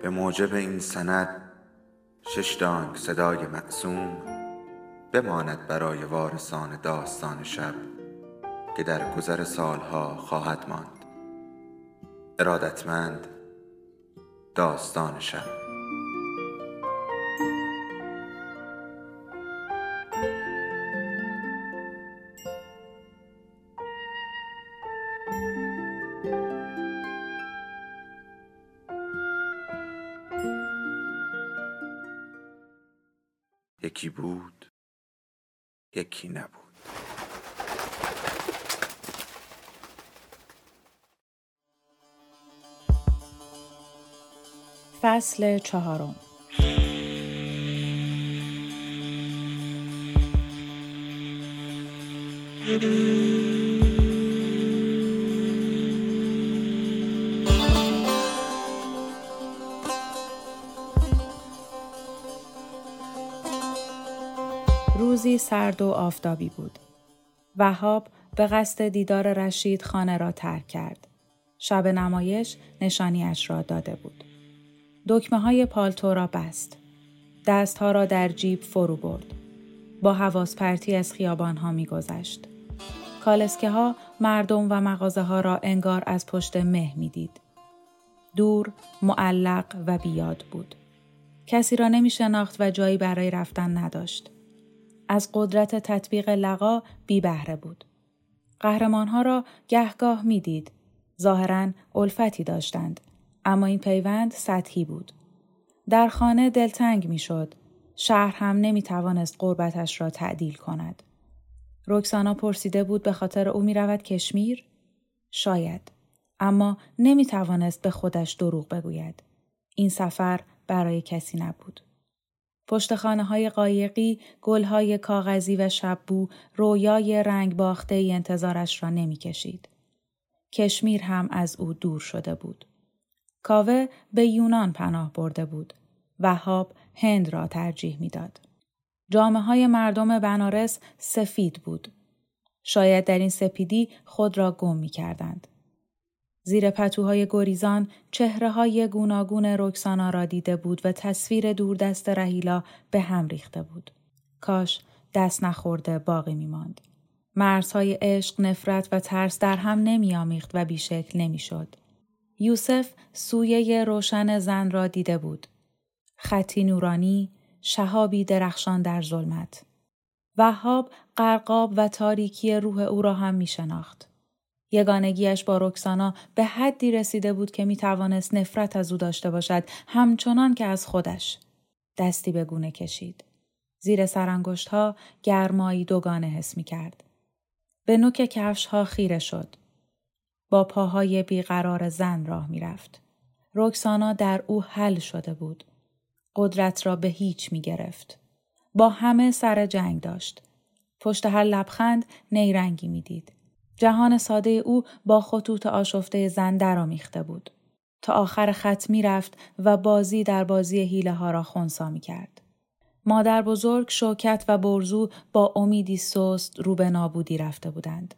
به موجب این سند 6 دانگ صدای معصوم بماند برای وارثان داستان شب که در گذر سالها خواهد ماند. ارادتمند، داستان شب. یکی بود، یکی نبود. فصل 4. روزی سرد و آفتابی بود. وهاب به قصد دیدار رشید خانه را ترک کرد. شب نمایش نشانیش را داده بود. دکمه‌های پالتو را بست. دستها را در جیب فرو برد. با حواس پرتی از خیابان‌ها می‌گذشت. کالسکه‌ها مردم و مغازه‌ها را انگار از پشت مه می‌دید. دور، معلق و بیاد بود. کسی را نمی‌شناخت و جایی برای رفتن نداشت. از قدرت تطبیق لقا بی بهره بود. قهرمانها را گهگاه می دید. ظاهراً الفتی داشتند. اما این پیوند سطحی بود. در خانه دلتنگ می شد. شهر هم نمی توانست قربتش را تعدیل کند. رکسانا پرسیده بود به خاطر او می رود کشمیر؟ شاید. اما نمی توانست به خودش دروغ بگوید. این سفر برای کسی نبود. پشت خانه‌های قایقی، گل‌های کاغذی و شب‌بو رویای رنگ باخته‌ای انتظارش را نمی‌کشید. کشمیر هم از او دور شده بود. کاوه به یونان پناه برده بود. وهاب هند را ترجیح می‌داد. جامه‌های مردم بنارس سفید بود. شاید در این سپیدی خود را گم می‌کردند. زیر پتوهای گریزان چهره‌های گوناگون رکسانا را دیده بود و تصویر دوردست رهیلا به هم ریخته بود. کاش دست نخورده باقی می‌ماند. مرزهای عشق، نفرت و ترس در هم نمی‌آمیخت و بیشکل نمی‌شد. یوسف سویه روشن زن را دیده بود. خطی نورانی، شهابی درخشان در ظلمت. وهاب غرقاب و تاریکی روح او را هم می‌شناخت. یگانگیش با رکسانا به حدی رسیده بود که می توانست نفرت از او داشته باشد، همچنان که از خودش. دستی به گونه کشید. زیر سرانگشت‌ها گرمایی دوگانه حس می کرد. به نوک کفش‌ها خیره شد. با پاهای بیقرار زن راه می رفت. رکسانا در او حل شده بود. قدرت را به هیچ می گرفت. با همه سر جنگ داشت. پشت هر لبخند نیرنگی می دید. جهان ساده او با خطوط آشفته زن درآمیخته بود. تا آخر خط می رفت و بازی در بازی حیله ها را خنثی می کرد. مادر بزرگ، شوکت و برزو با امیدی سست رو به نابودی رفته بودند.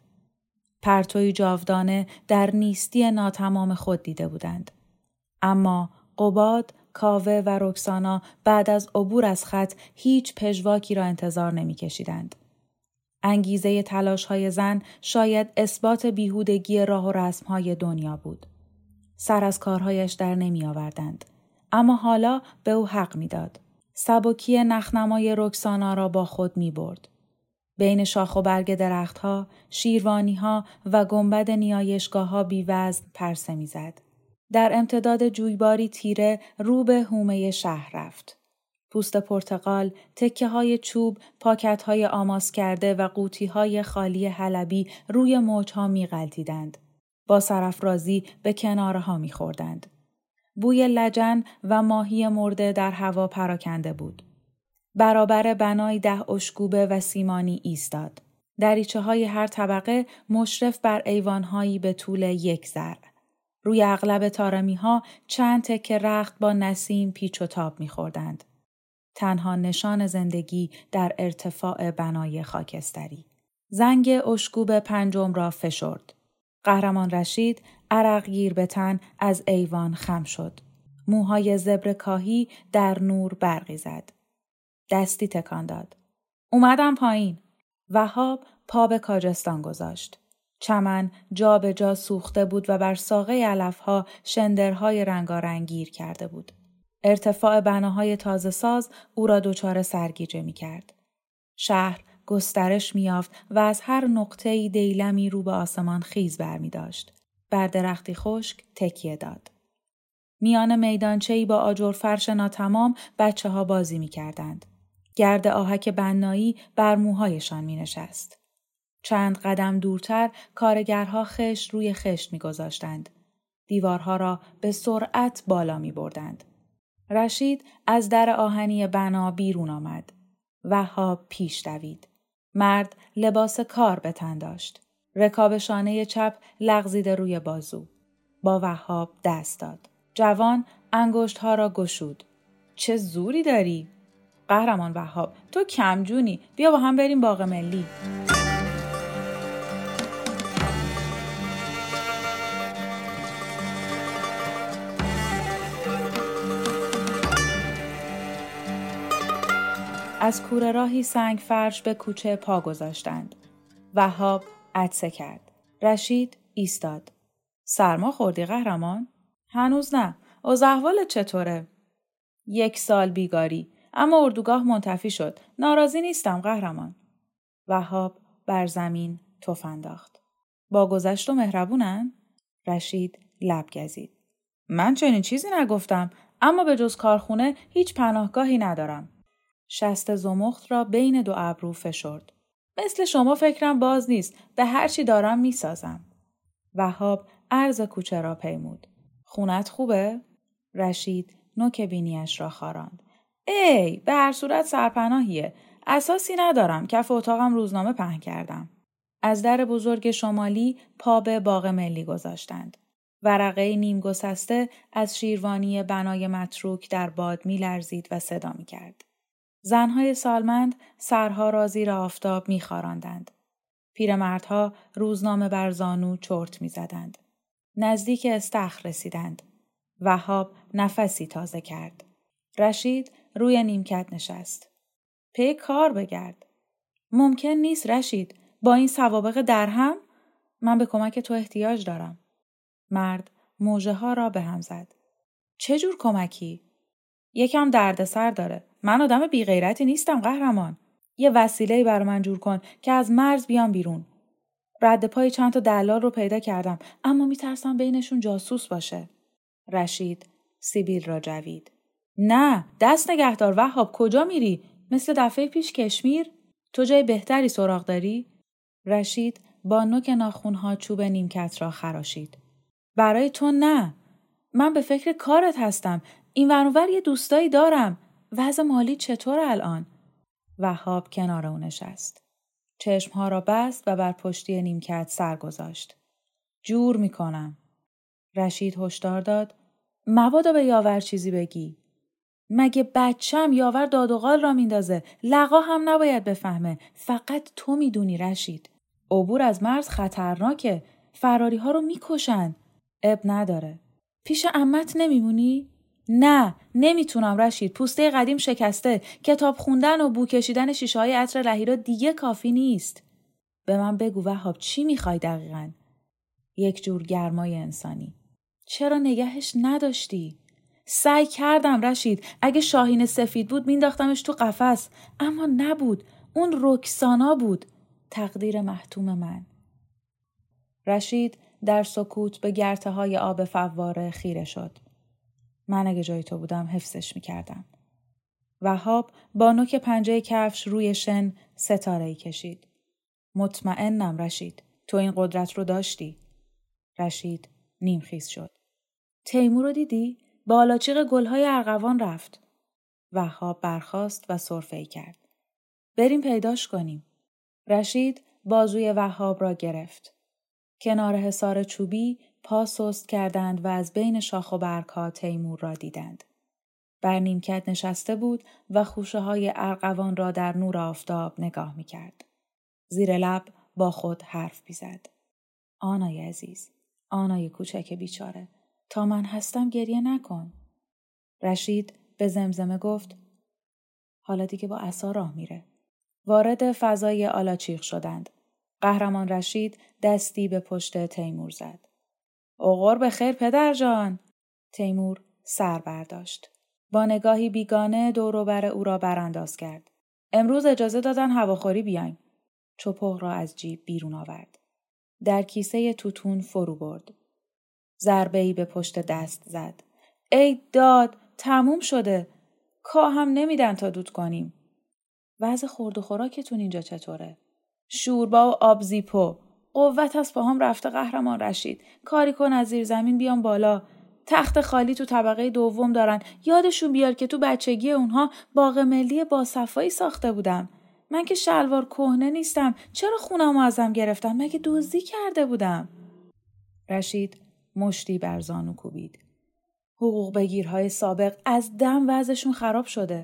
پرتوی جاودانه در نیستی ناتمام خود دیده بودند. اما قباد، کاوه و رکسانا بعد از عبور از خط هیچ پژواکی را انتظار نمی کشیدند. انگیزه تلاش‌های زن شاید اثبات بیهودگی راه و رسم‌های دنیا بود. سر از کارهایش در نمی آوردند. اما حالا به او حق می داد. سبکی نخنمای رکسانا را با خود می برد. بین شاخ و برگ درختها، شیروانیها و گنبد نیایشگاه‌ها بی‌وزن پرسه می زد. در امتداد جویباری تیره رو به حومه شهر رفت. پوست پرتقال، تکه‌های چوب، پاکت‌های آماس کرده و قوطی‌های خالی حلبی روی موج‌ها می‌غلطیدند. با سرافرازی به کنارها می‌خوردند. بوی لجن و ماهی مرده در هوا پراکنده بود. برابر بنای 10 اشکوبه و سیمانی ایستاد. دریچه‌های هر طبقه مشرف بر ایوان‌هایی به طول 1 ذرع. روی اغلب طارمی‌ها چند تکه رخت با نسیم پیچ و تاب می‌خوردند. تنها نشان زندگی در ارتفاع بنای خاکستری. زنگ اشکوب 5 را فشرد. قهرمان رشید عرق گیر به تن از ایوان خم شد. موهای زبر کاهی در نور برقی زد. دستی تکان داد. اومدم پایین. وهاب پا به کاجستان گذاشت. چمن جا به جا سوخته بود و بر ساقه علفها شندرهای رنگارنگ گیر کرده بود. ارتفاع بناهای تازه ساز او را دچار سرگیجه می کرد. شهر گسترش می یافت و از هر نقطه‌ای دیلمی رو به آسمان خیز برمی داشت. بر درختی خشک تکیه داد. میان میدانچه‌ای با آجر فرش ناتمام بچه‌ها بازی می کردند. گرد آهک بنایی بر موهایشان می نشست. چند قدم دورتر کارگرها خشت روی خشت می گذاشتند. دیوارها را به سرعت بالا می بردند. رشید از در آهنی بنا بیرون آمد. وهاب پیش دوید. مرد لباس کار به تن داشت. رکاب شانه چپ لغزیده روی بازو. با وهاب دست داد. جوان انگشتها را گشود. چه زوری داری؟ قهرمان وهاب، تو کمجونی. بیا با هم بریم باغ ملی. از کوره راهی سنگ فرش به کوچه پا گذاشتند. وهاب عطسه کرد. رشید ایستاد. سرما خوردی قهرمان؟ هنوز نه. اوضاع احوالت چطوره؟ 1 سال بیگاری. اما اردوگاه منتفی شد. ناراضی نیستم قهرمان. وهاب بر زمین تف انداخت. با گذشت و مهربونن؟ رشید لب گزید. من چنین چیزی نگفتم، اما به جز کارخونه هیچ پناهگاهی ندارم. شست زمخت را بین 2 ابرو فشرد. مثل شما فکرم باز نیست. به هر چی دارم میسازم. وهاب عرض کوچه را پیمود. خونت خوبه؟ رشید نوک بینیش را خاراند. ای، به هر صورت سرپناهیه. اساسی ندارم. کف اتاقم روزنامه پهن کردم. از در بزرگ شمالی پا به باغ ملی گذاشتند. ورقه نیم گسسته از شیروانی بنای متروک در باد می لرزید و صدا می کرد. زنهای سالمند سرها را زیر آفتاب می خاراندند. پیرمردها روزنامه بر زانو چرت می زدند. نزدیک استخر رسیدند. وهاب نفسی تازه کرد. رشید روی نیمکت نشست. پی کار بگرد. ممکن نیست رشید. با این سوابق درهم؟ من به کمک تو احتیاج دارم. مرد موجه ها را به هم زد. چه جور کمکی؟ یکم دردسر داره. من آدم بی غیرتی نیستم قهرمان. یه وسیله‌ای برای من جور کن که از مرز بیام بیرون. رد پای چند تا دلال رو پیدا کردم، اما میترسم بینشون جاسوس باشه. رشید سیبیل را جوید. نه، دست نگهدار وهاب، کجا میری؟ مثل دفعه پیش کشمیر؟ تو جای بهتری سراغ داری؟ رشید با نوک ناخن‌ها چوب نیمکت را خراشید. برای تو نه. من به فکر کارت هستم. این ور اون ور یه دوستایی دارم. وضع مالی چطور الان؟ وهاب کنار او نشست. چشمها را بست و بر پشتی نیمکت سر گذاشت. جور میکنم. رشید هشدار داد. مبادا به یاور چیزی بگی. مگه بچم یاور داد و قال را میندازه. لقا هم نباید بفهمه. فقط تو میدونی رشید. عبور از مرز خطرناکه. فراری ها رو میکشن. اب نداره. پیش عمت نمیمونی؟ نه، نمیتونم رشید. پوسته قدیم شکسته. کتاب خوندن و بو کشیدن شیشه های عطر لهیرا دیگه کافی نیست. به من بگو وهاب چی میخوای دقیقاً؟ یک جور گرمای انسانی. چرا نگهش نداشتی؟ سعی کردم رشید. اگه شاهین سفید بود مینداختمش تو قفس. اما نبود. اون رکسانا بود. تقدیر محتوم من. رشید در سکوت به گرته های آب فواره خیره شد. من اگه جای تو بودم حفظش میکردم. وهاب با نوک پنجه کفش روی شن ستاره‌ای کشید. مطمئنم رشید. تو این قدرت رو داشتی. رشید نیمخیز شد. تیمور رو دیدی؟ بالاچیق گلهای ارغوان رفت. وهاب برخاست و سرفه‌ای کرد. بریم پیداش کنیم. رشید بازوی وهاب را گرفت. کنار حصار چوبی پا سست کردند و از بین شاخ و برگ‌ها تیمور را دیدند. بر نیمکت نشسته بود و خوشه‌های ارغوان را در نور آفتاب نگاه می‌کرد. زیر لب با خود حرف می‌زد. آنای عزیز، آنای کوچک بیچاره، تا من هستم گریه نکن. رشید به زمزمه گفت حالا دیگه با عصا راه میره. وارد فضای آلاچیق شدند. قهرمان رشید دستی به پشت تیمور زد. اوغور به خیر پدر جان. تیمور سر برداشت. با نگاهی بیگانه دور و بر او را برانداز کرد. امروز اجازه دادن هواخوری بیایم. چپق را از جیب بیرون آورد. در کیسه توتون فرو برد. ضربه‌ای به پشت دست زد. ای داد، تموم شده. کاه هم نمیدن تا دود کنیم. وضع خورد و خوراکتون اینجا چطوره؟ شوربا و آب زیپو. قوت از پاهام رفته قهرمان رشید. کاری کن از زیر زمین بیام بالا. تخت خالی تو طبقه دوم دارن. یادشون بیار که تو بچگی اونها باغ ملی با صفایی ساخته بودم. من که شلوار کهنه نیستم. چرا خونمو ازم گرفتن؟ مگه دزدی کرده بودم؟ رشید مشتی بر زانو کوبید. حقوق بگیرهای سابق از دم وضعشون خراب شده.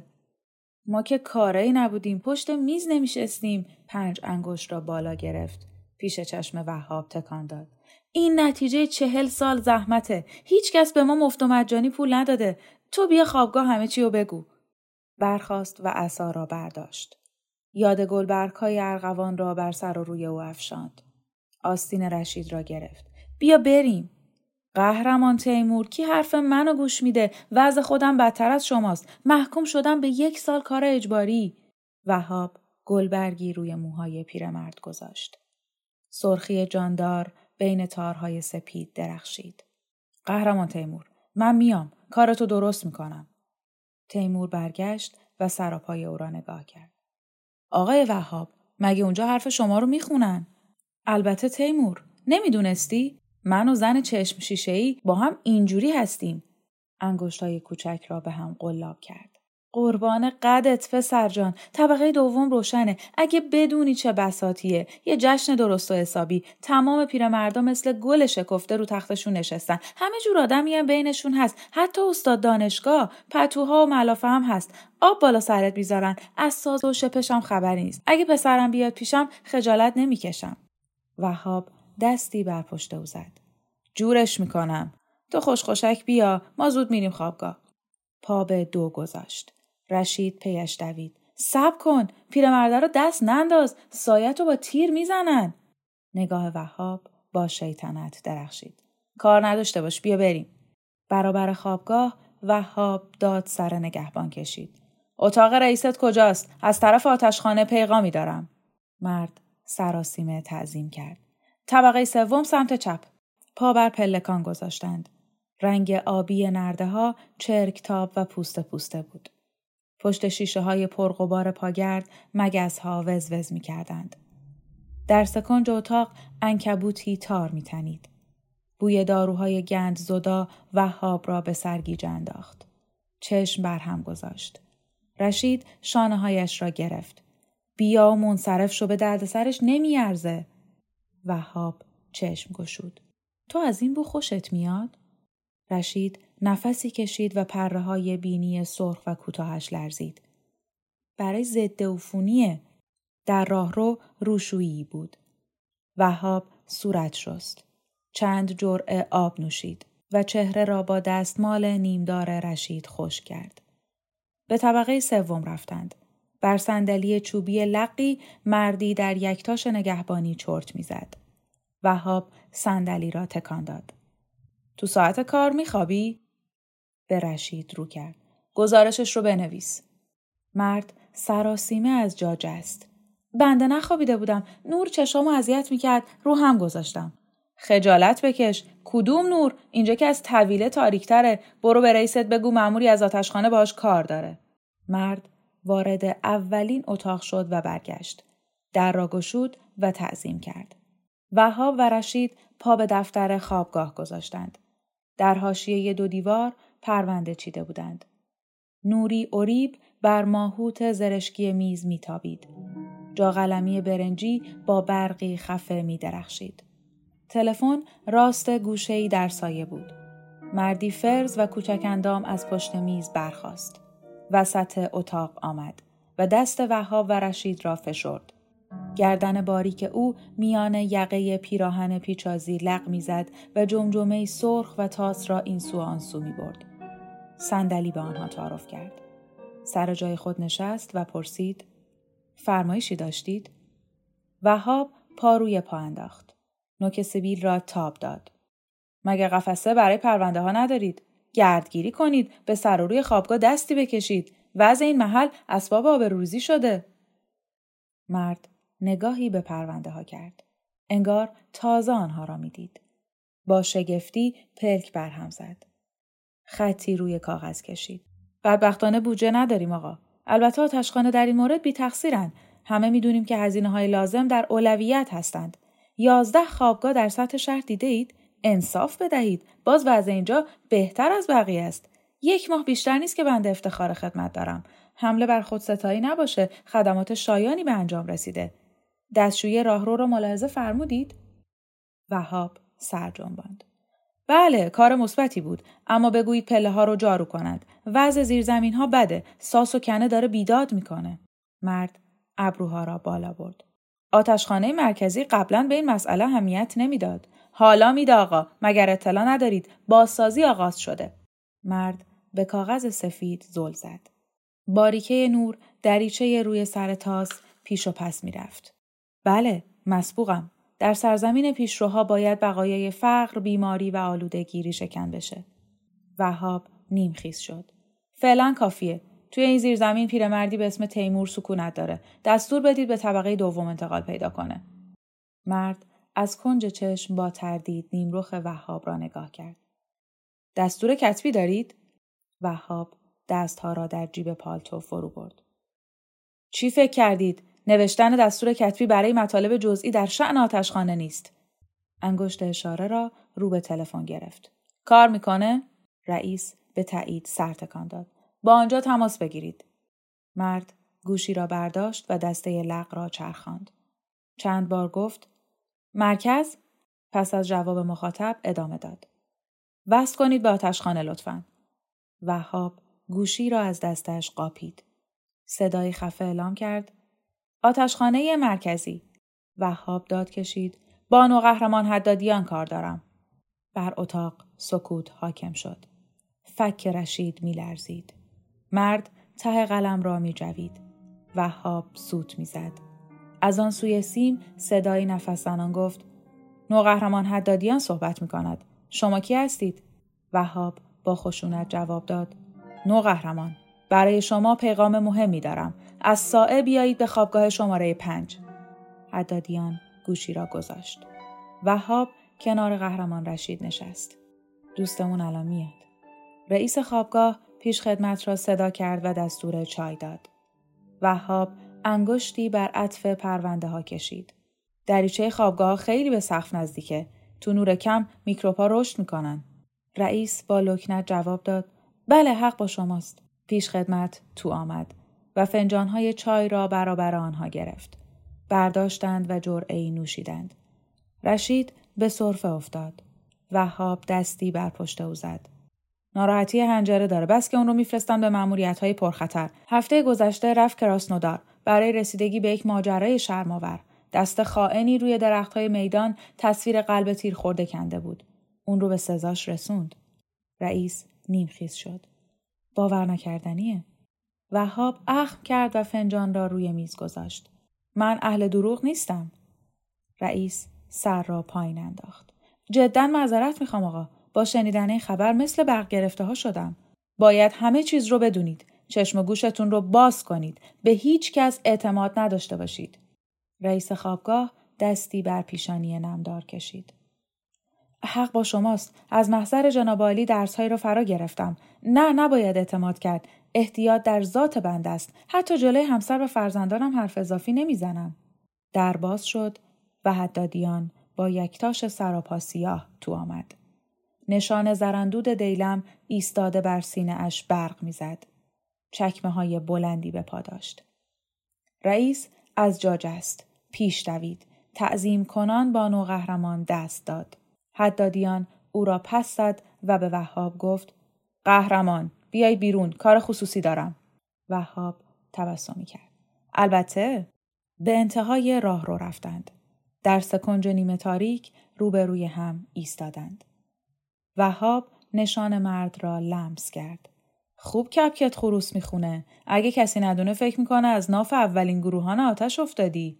ما که کاری نبودیم، پشت میز نمیشستیم. 5 انگشت را بالا گرفت. پیش چشم وهاب تکان داد. این نتیجه 40 سال زحمته. هیچ کس به ما مفت و مجانی پول نداده. تو بیا خوابگاه همه چی رو بگو. برخاست و عصا را برداشت. یاد گلبرگ‌های ارغوان را بر سر و روی او افشاند. آستین رشید را گرفت. بیا بریم. قهرمان تیمور، کی حرف منو گوش میده؟ وضع خودم بدتر از شماست. محکوم شدم به 1 سال کار اجباری. وهاب گلبرگی روی موهای پیرمرد گذاشت. سرخی جاندار بین تارهای سپید درخشید. قهرمان تیمور، من میام. کارتو درست میکنم. تیمور برگشت و سراپای او را نگاه کرد. آقای وهاب، مگه اونجا حرف شما رو میخونن؟ البته تیمور، نمیدونستی؟ من و زن چشم شیشه‌ای با هم اینجوری هستیم. انگشتای کوچک را به هم قلاب کرد. قربان قدت پسر جان، طبقه دوم روشنه. اگه بدونی چه بساطیه، یه جشن درست و حسابی. تمام پیرمردا مثل گل شکفته رو تختشون نشستن. همه جور آدمی هم بینشون هست. حتی استاد دانشگاه، پتوها و ملافه هم هست. آب بالا سرت بیزارن. از ساز و شپش هم خبری نیست. اگه پسرم بیاد پیشم خجالت نمیکشم. وهاب دستی بر پشت او زد. جورش میکنم. تو خوشخوشک بیا، ما زود میریم خوابگاه. پا به 2 گذاشت. رشید پیش دوید. صبر کن، پیرمرده رو دست ننداز، سایتو با تیر میزنن. نگاه وهاب با شیطنت درخشید. کار نداشته باش، بیا بریم. برابر خوابگاه وهاب داد سر نگهبان کشید. اتاق رئیست کجاست؟ از طرف آتشخانه پیغامی دارم. مرد سراسیمه تعظیم کرد. طبقه 3 سمت چپ. پا بر پلکان گذاشتند. رنگ آبی نرده‌ها چرکتاب و پوسته پوسته بود. پشت شیشه های پرغبار پاگرد مگس‌ها وزوز می کردند. در سکنج اتاق عنکبوتی تار می تنید. بوی داروهای گند زدا وهاب را به سرگیجه انداخت. چشم بر هم گذاشت. رشید شانه هایش را گرفت. بیا و منصرف شو، به درد سرش نمی ارزه. وهاب چشم گشود. تو از این بو خوشت میاد؟ رشید نفسی کشید و پره های بینی سرخ و کوتاهش لرزید. برای ضد عفونیه. در راهرو روشویی بود. وهاب صورت شست. چند جرعه آب نوشید و چهره را با دستمال نیمدار رشید خشک کرد. به طبقه 3 رفتند. بر صندلی چوبی لقی مردی در یکتاش نگهبانی چرت میزد. وهاب صندلی را تکان داد. تو ساعت کار میخوابی؟ به رشید رو کرد. گزارشش رو بنویس. مرد سراسیمه از جا جست. بنده نخوابیده بودم. نور چشامو اذیت میکرد، رو هم گذاشتم. خجالت بکش. کدوم نور؟ اینجا که از طویله تاریک‌تره. برو به رئیست بگو مأموری از آتشخانه باهاش کار داره. مرد وارد اولین اتاق شد و برگشت. در را گشود و تعظیم کرد. وهاب و رشید پا به دفتر خوابگاه گذاشتند. در حاشیه 2 دیوار پرونده چیده بودند. نوری اریب بر ماهوت زرشکی میز میتابید. جاقلمی برنجی با برقی خفه میدرخشید. تلفن راست گوشه‌ای در سایه بود. مردی فرز و کوچک اندام از پشت میز برخاست. وسط اتاق آمد و دست وهاب و رشید را فشرد. گردن باریک او میان یقه پیراهن پیچازی لق میزد و جمجمه سرخ و تاس را این سو آن سو می برد. صندلی به آنها تعارف کرد. سر جای خود نشست و پرسید: فرمایشی داشتید؟ وهاب پا روی پا انداخت. نوک سیبیل را تاب داد. مگه قفسه برای پرونده ها ندارید؟ گردگیری کنید، به سر و روی خوابگاه دستی بکشید. وضع این محل اسباب آبروریزی شده. مرد نگاهی به پرونده ها کرد. انگار تازه آنها را می دید. با شگفتی پلک برهم زد. خطی روی کاغذ کشید. بدبختانه بودجه نداریم آقا. البته آتشخانه در این مورد بی تقصیرن. همه می دونیم که هزینه‌های لازم در اولویت هستند. 11 خوابگاه در سطح شهر دیده اید؟ انصاف بدهید. باز وضع اینجا بهتر از بقیه است. 1 ماه بیشتر نیست که بنده افتخار خدمت دارم. حمله بر خودستایی نباشه. خدمات شایانی به انجام رسیده. دستشویی راهرو را ملاحظه فرمودید؟ وهاب سر جنباند. بله، کار مثبتی بود، اما بگویید پله ها رو جارو کنند. وضع زیرزمین ها بده، ساس و کنه داره بیداد میکنه. مرد ابروها را بالا برد. آتشخانه مرکزی قبلا به این مسئله اهمیت نمیداد. حالا میده آقا، مگر اطلاع ندارید بازسازی آغاز شده. مرد به کاغذ سفید زل زد. باریکه نور دریچه روی سر تاس پیش و پس میرفت. بله، مسبوقم. در سرزمین پیشروها باید بقایای فقر، بیماری و آلودگی ریشه‌کن بشه. وهاب نیمخیز شد. فعلا کافیه. توی این زیرزمین پیرمردی به اسم تیمور سکونت داره. دستور بدید به طبقه دوم انتقال پیدا کنه. مرد از کنج چشم با تردید نیمرخ وهاب را نگاه کرد. دستور کتبی دارید؟ وهاب دستها را در جیب پالتو فرو برد. چی فکر کردید؟ نوشتن دستور کتبی برای مطالب جزئی در شأن آتشخانه نیست. انگشت اشاره را رو به تلفن گرفت. کار میکنه؟ رئیس به تایید سر تکان داد. با آنجا تماس بگیرید. مرد گوشی را برداشت و دسته لق را چرخاند. چند بار گفت مرکز؟ پس از جواب مخاطب ادامه داد. وصل کنید به آتشخانه لطفاً. وهاب گوشی را از دستش قاپید. صدای خفه اعلام کرد آتشخانه مرکزی. وهاب داد کشید بانو قهرمان حدادیان کار دارم. بر اتاق سکوت حاکم شد. فک رشید می لرزید. مرد ته قلم را می جوید. وهاب سوت می زد. از آن سوی سیم صدای نفس زنان گفت نوقهرمان حدادیان صحبت می کند. شما کی هستید؟ وهاب با خشونت جواب داد نوقهرمان، برای شما پیغام مهمی دارم. از سائه بیایید به خوابگاه شماره 5. حدادیان گوشی را گذاشت. وهاب کنار قهرمان رشید نشست. دوستمون الان میاد. رئیس خوابگاه پیش خدمت را صدا کرد و دستور چای داد. وهاب انگشتی بر عطف پرونده ها کشید. دریچه خوابگاه خیلی به سقف نزدیکه. تو نور کم میکروب‌ها رشد میکنن. رئیس با لکنت جواب داد بله، حق با شماست. پیش خدمت تو آمد و فنجانهای چای را برابر آنها گرفت. برداشتند و جرعه‌ای نوشیدند. رشید به سرفه افتاد. وهاب دستی بر پشت او زد. ناراحتی حنجره داره، بس که اون رو میفرستن به ماموریت‌های پرخطر. هفته گذشته رفت کراسنودار برای رسیدگی به یک ماجرای شرم‌آور. دست خائنی روی درخت‌های میدان تصویر قلب تیر خورده کنده بود. اون رو به سزاش رسوند. رئیس نیمخیز شد. باور نکردنیه. وهاب اخم کرد و فنجان را روی میز گذاشت. من اهل دروغ نیستم. رئیس سر را پایین انداخت. جداً معذرت میخوام آقا. با شنیدن این خبر مثل برق گرفته ها شدم. باید همه چیز رو بدونید. چشم و گوشتون رو باز کنید. به هیچ کس اعتماد نداشته باشید. رئیس خوابگاه دستی بر پیشانی نمدار کشید. حق با شماست. از محضر جناب عالی درس‌هایی رو فرا گرفتم. نباید اعتماد کرد. احتیاط در ذات بنده است. حتی جلوی همسر و فرزندانم حرف اضافی نمیزنم. در باز شد و حدادیان با یک تاش سراپا سیاه تو آمد. نشان زرندود دیلم ایستاده بر سینه اش برق میزد. چکمه های بلندی به پا داشت. رئیس از جا جست. پیش دوید. تعظیم کنان بانو قهرمان دست داد. حدادیان او را پس زد و به وهاب گفت قهرمان بیای بیرون، کار خصوصی دارم. وهاب تبسمی کرد. البته. به انتهای راه رو رفتند. در سکنج نیمه تاریک روبروی هم ایستادند. وهاب نشان مرد را لمس کرد. خوب کپکت خروس میخونه. اگه کسی ندونه فکر میکنه از ناف اولین گروهان آتش افتادی.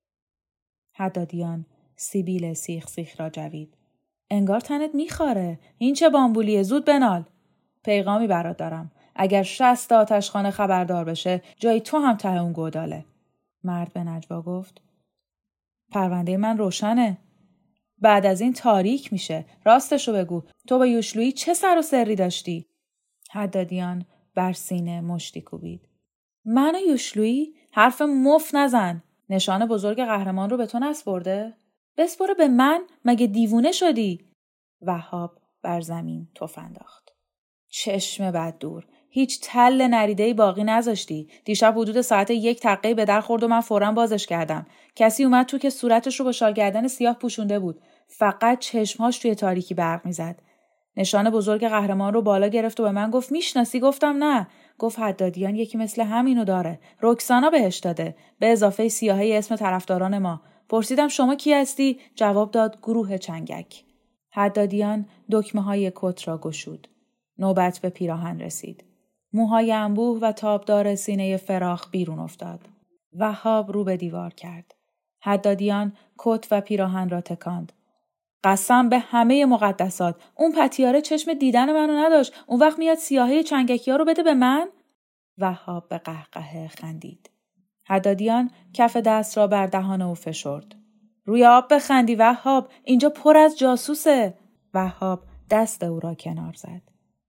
حدادیان سیبیل سیخ سیخ را جوید. انگار تنت میخاره. این چه بامبولیه؟ زود بنال. پیغامی برات دارم. اگر 60 آتشخانه خبردار بشه جای تو هم ته اون گوداله. مرد به نجوا گفت. پرونده من روشنه. بعد از این تاریک میشه. راستشو بگو. تو با یوشلویی چه سر و سری داشتی؟ حدادیان بر سینه مشتی کوبید. من و یوشلویی؟ حرف مف نزن. نشان بزرگ قهرمان رو به تو نسپرده؟ بسپره به من؟ مگه دیوونه شدی؟ وهاب بر زمین تف انداخت. چشم بد دور. هیچ تل نریده‌ای باقی نذاشتی. دیشب حدود ساعت 1 تقی به در خورد و من فوراً بازش کردم. کسی اومد تو که صورتش رو با شال گردن سیاه پوشونده بود. فقط چشمهاش توی تاریکی برق میزد. نشان بزرگ قهرمان رو بالا گرفت و به من گفت میشناسی؟ گفتم نه. گفت حدادیان یکی مثل همینو داره. رکسانا بهش داده. به اضافه سیاهی اسم طرفداران ما. پرسیدم شما کی هستی؟ جواب داد گروه چنگک. حدادیان دکمه‌های کت را گشود. نوبت به پیراهن رسید. موهای انبوه و تابدار سینه فراخ بیرون افتاد. وهاب رو به دیوار کرد. حدادیان کت و پیراهن را تکاند. قسم به همه مقدسات. اون پتیاره چشم دیدن منو نداشت. اون وقت میاد سیاهی چنگکی ها رو بده به من؟ وهاب به قهقه خندید. حدادیان کف دست را بر دهان او فشرد. روی آب بخندی وهاب. اینجا پر از جاسوسه. وهاب دست او را کنار زد.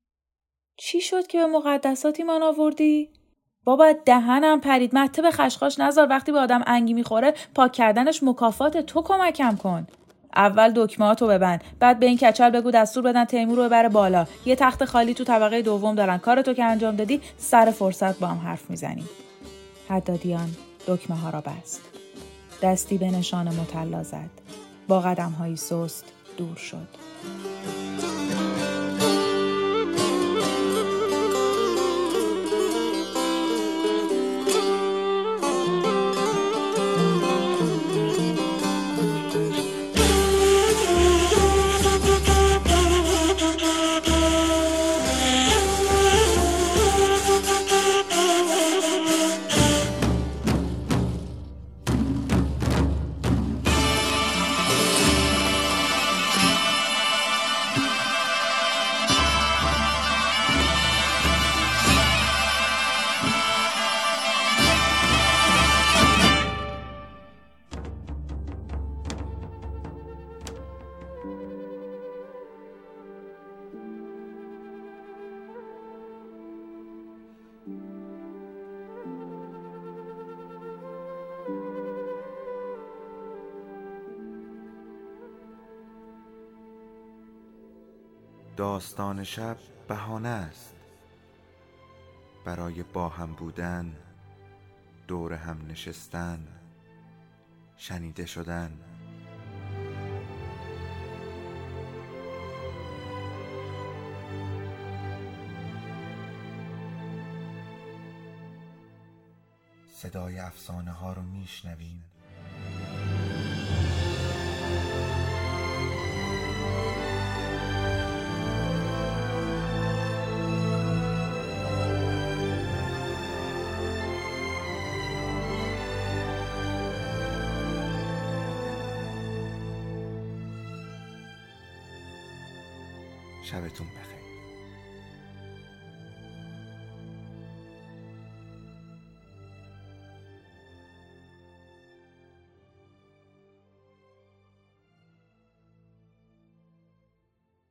چی شد که به مقدسات ایمان آوردی؟ بابا دهنم پرید. مته به خشخاش نذار. وقتی به آدم انگی میخوره پاک کردنش مکافات. تو کمکم کن. اول دکمه‌هاتو ببند. بعد به این کچل بگو دستور بدن تیمور رو ببره بالا. یه تخت خالی تو طبقه دوم دارن. کارتو که انجام دادی سر فرصت با هم حرف میزنیم. حدادیان دکمه‌ها را بست. دستی به نشان مطلا زد. با قدم‌هایی سست دور شد. داستان شب بهانه است برای با هم بودن، دور هم نشستن، شنیده شدن. صدای افسانه ها رو میشنویم. شبتون بخیر.